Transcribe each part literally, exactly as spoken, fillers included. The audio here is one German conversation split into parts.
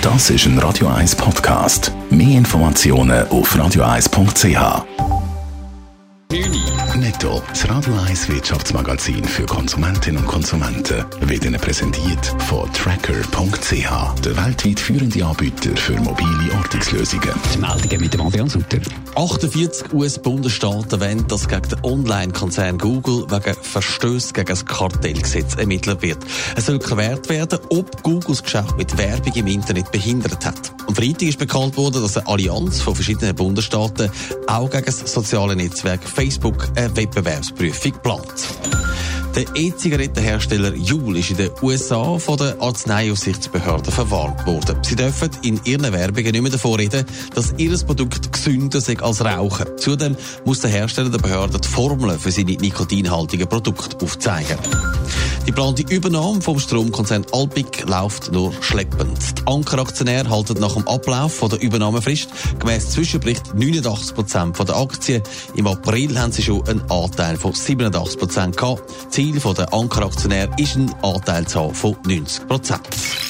Das ist ein Radio eins Podcast. Mehr Informationen auf radio eins punkt c h. Netto, das Radio eins Wirtschaftsmagazin für Konsumentinnen und Konsumenten, wird Ihnen präsentiert von Tracker punkt c h, der weltweit führende Anbieter für mobile Ortungslösungen. Die Meldungen mit dem Adrian Sutter. achtundvierzig U S-Bundesstaaten wollen, dass gegen den Online-Konzern Google wegen Verstößen gegen das Kartellgesetz ermittelt wird. Es soll geklärt werden, ob Googles Geschäft mit Werbung im Internet behindert hat. Am Freitag ist bekannt worden, dass eine Allianz von verschiedenen Bundesstaaten auch gegen das soziale Netzwerk Facebook eine Wettbewerbsprüfung plant. Der E-Zigarettenhersteller Juul ist in den U S A von der Arzneiaufsichtsbehörde verwarnt worden. Sie dürfen in ihren Werbungen nicht mehr davon reden, dass ihr Produkt gesünder sei als Rauchen. Zudem muss der Hersteller der Behörde die Formeln für seine nikotinhaltigen Produkte aufzeigen. Die geplante Übernahme vom Stromkonzern Alpiq läuft nur schleppend. Die Anker-Aktionäre halten nach dem Ablauf von der Übernahmefrist gemäss Zwischenbericht neunundachtzig Prozent der Aktien. Im April haben sie schon einen Anteil von siebenundachtzig Prozent gehabt. Ziel der Anker-Aktionäre ist ein Anteilszahl von neunzig Prozent.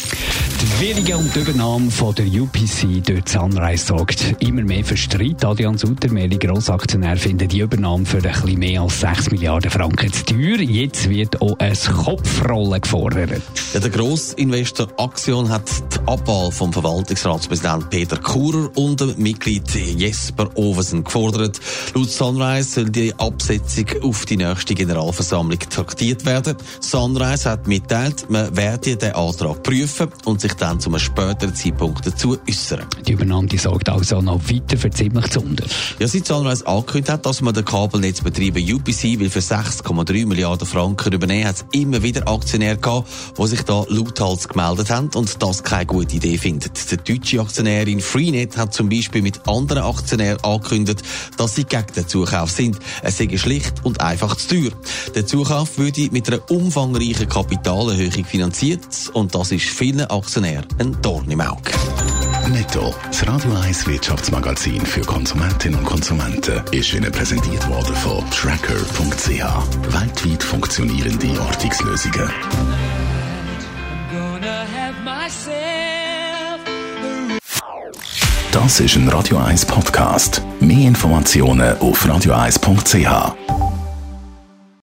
Die Willigen und die Übernahme von der U P C durch Sunrise sorgt immer mehr für Streit. Adrian Sutter, mehrere Grossaktionäre, finden die Übernahme für ein bisschen mehr als sechs Milliarden Franken zu teuer. Jetzt wird auch ein Kopfrollen gefordert. Ja, der Grossinvestor Axion hat die Abwahl vom Verwaltungsratspräsident Peter Kurer und dem Mitglied Jesper Ovesen gefordert. Laut Sunrise soll die Absetzung auf die nächste Generalversammlung traktiert werden. Sunrise hat mitteilt, man werde den Antrag prüfen und sich dann zu einem späteren Zeitpunkt dazu äußern. Die Übernahme die sorgt also noch weiter für ziemlich Zunder. Ja, seit Sunrise angekündigt hat, dass man den Kabelnetzbetriebe U P C will für sechs Komma drei Milliarden Franken übernehmen, hat es immer wieder Aktionäre gehabt, die sich da lauthals gemeldet haben und das keine gute Idee finden. Die deutsche Aktionärin Freenet hat zum Beispiel mit anderen Aktionären angekündigt, dass sie gegen den Zukauf sind. Es sei schlicht und einfach zu teuer. Der Zukauf würde mit einer umfangreichen Kapitalerhöhung finanziert und das ist vielen Aktionären ein Dorn im Auge. Netto, das Radio eins Wirtschaftsmagazin für Konsumentinnen und Konsumenten, ist Ihnen präsentiert worden von Tracker punkt c h, weltweit funktionierende Ortungslösungen. Das ist ein Radio eins Podcast. Mehr Informationen auf radio eins punkt c h.